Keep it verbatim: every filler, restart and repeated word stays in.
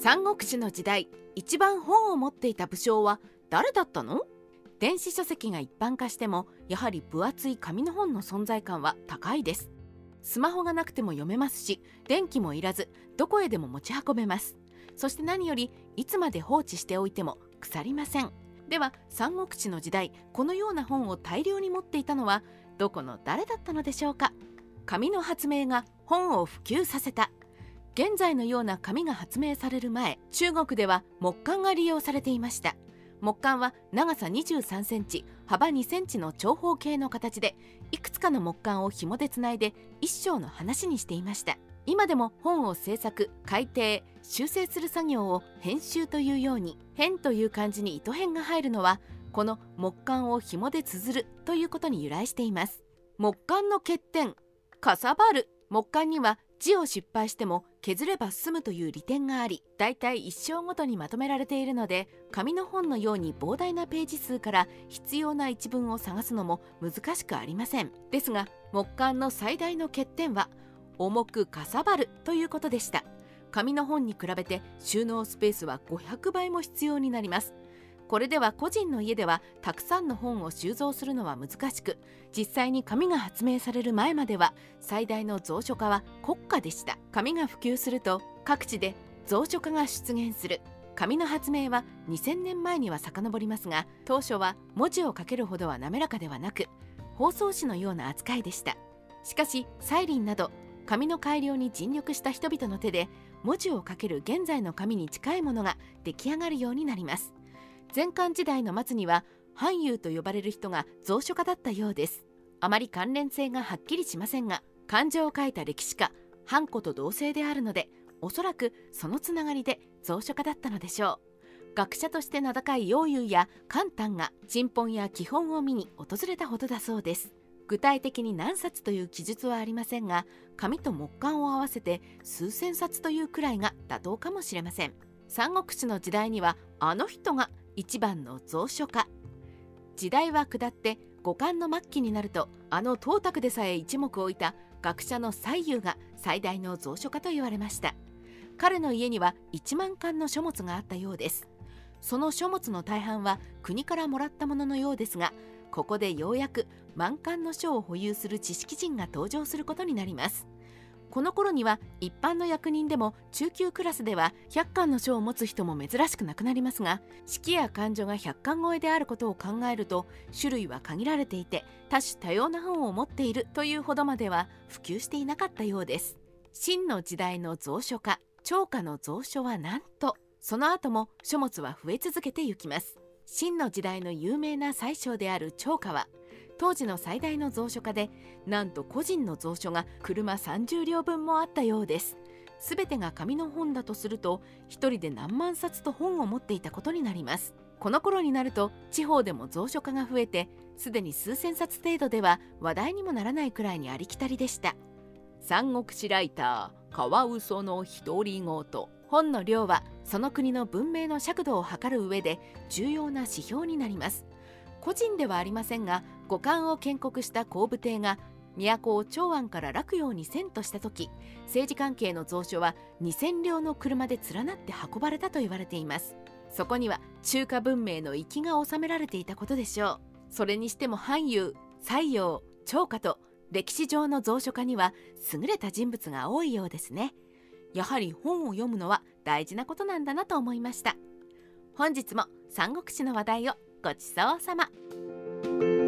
三国志の時代、一番本を持っていた武将は誰だったの？電子書籍が一般化しても、やはり分厚い紙の本の存在感は高いです。スマホがなくても読めますし、電気もいらずどこへでも持ち運べます。そして何よりいつまで放置しておいても腐りません。では三国志の時代、このような本を大量に持っていたのはどこの誰だったのでしょうか。紙の発明が本を普及させた。現在のような紙が発明される前、中国では木簡が利用されていました。木簡は長さにじゅうさんセンチ、幅にセンチの長方形の形で、いくつかの木簡を紐でつないで一章の話にしていました。今でも本を制作、改訂、修正する作業を編集というように、編という漢字に糸編が入るのは、この木簡を紐で綴るということに由来しています。木簡の欠点、かさばる。木簡には字を失敗しても削れば済むという利点があり、だいたい一章ごとにまとめられているので、紙の本のように膨大なページ数から必要な一文を探すのも難しくありません。ですが木簡の最大の欠点は重くかさばるということでした。紙の本に比べて収納スペースはごひゃくばいも必要になります。これでは個人の家ではたくさんの本を収蔵するのは難しく、実際に紙が発明される前までは最大の蔵書家は国家でした。紙が普及すると各地で蔵書家が出現する。紙の発明はにせんねんまえには遡りますが、当初は文字を書けるほどは滑らかではなく、包装紙のような扱いでした。しかしサイリンなど紙の改良に尽力した人々の手で、文字を書ける現在の紙に近いものが出来上がるようになります。前漢時代の末には範友と呼ばれる人が蔵書家だったようです。あまり関連性がはっきりしませんが、漢字を書いた歴史家範子と同姓であるので、おそらくそのつながりで蔵書家だったのでしょう。学者として名高い楊友や簡丹が珍本や基本を見に訪れたほどだそうです。具体的に何冊という記述はありませんが、紙と木簡を合わせて数千冊というくらいが妥当かもしれません。三国志の時代にはあの人が一番の蔵書家。時代は下って五漢の末期になると、あの董卓でさえ一目置いた学者の西遊が最大の蔵書家と言われました。彼の家にはいちまんかんの書物があったようです。その書物の大半は国からもらったもののようですが、ここでようやく万巻の書を保有する知識人が登場することになります。この頃には一般の役人でも中級クラスではひゃっかんの書を持つ人も珍しくなくなりますが、式や勘定がひゃっかん超えであることを考えると、種類は限られていて多種多様な本を持っているというほどまでは普及していなかったようです。秦の時代の蔵書家張家の蔵書はなんと、その後も書物は増え続けていきます。秦の時代の有名な宰相である張家は当時の最大の蔵書家で、なんと個人の蔵書が車さんじゅうりょうぶんもあったようです。すべてが紙の本だとすると、一人で何万冊と本を持っていたことになります。この頃になると地方でも蔵書家が増えて、すでに数千冊程度では話題にもならないくらいにありきたりでした。三国志ライターカワウソの独り言。本の量はその国の文明の尺度を測る上で重要な指標になります。個人ではありませんが、五漢を建国した皇武帝が都を長安から洛陽に遷都した時、政治関係の蔵書はにせんりょうの車で連なって運ばれたと言われています。そこには中華文明の粋が収められていたことでしょう。それにしても範友、西洋、張家と歴史上の蔵書家には優れた人物が多いようですね。やはり本を読むのは大事なことなんだなと思いました。本日も三国志の話題をごちそうさま。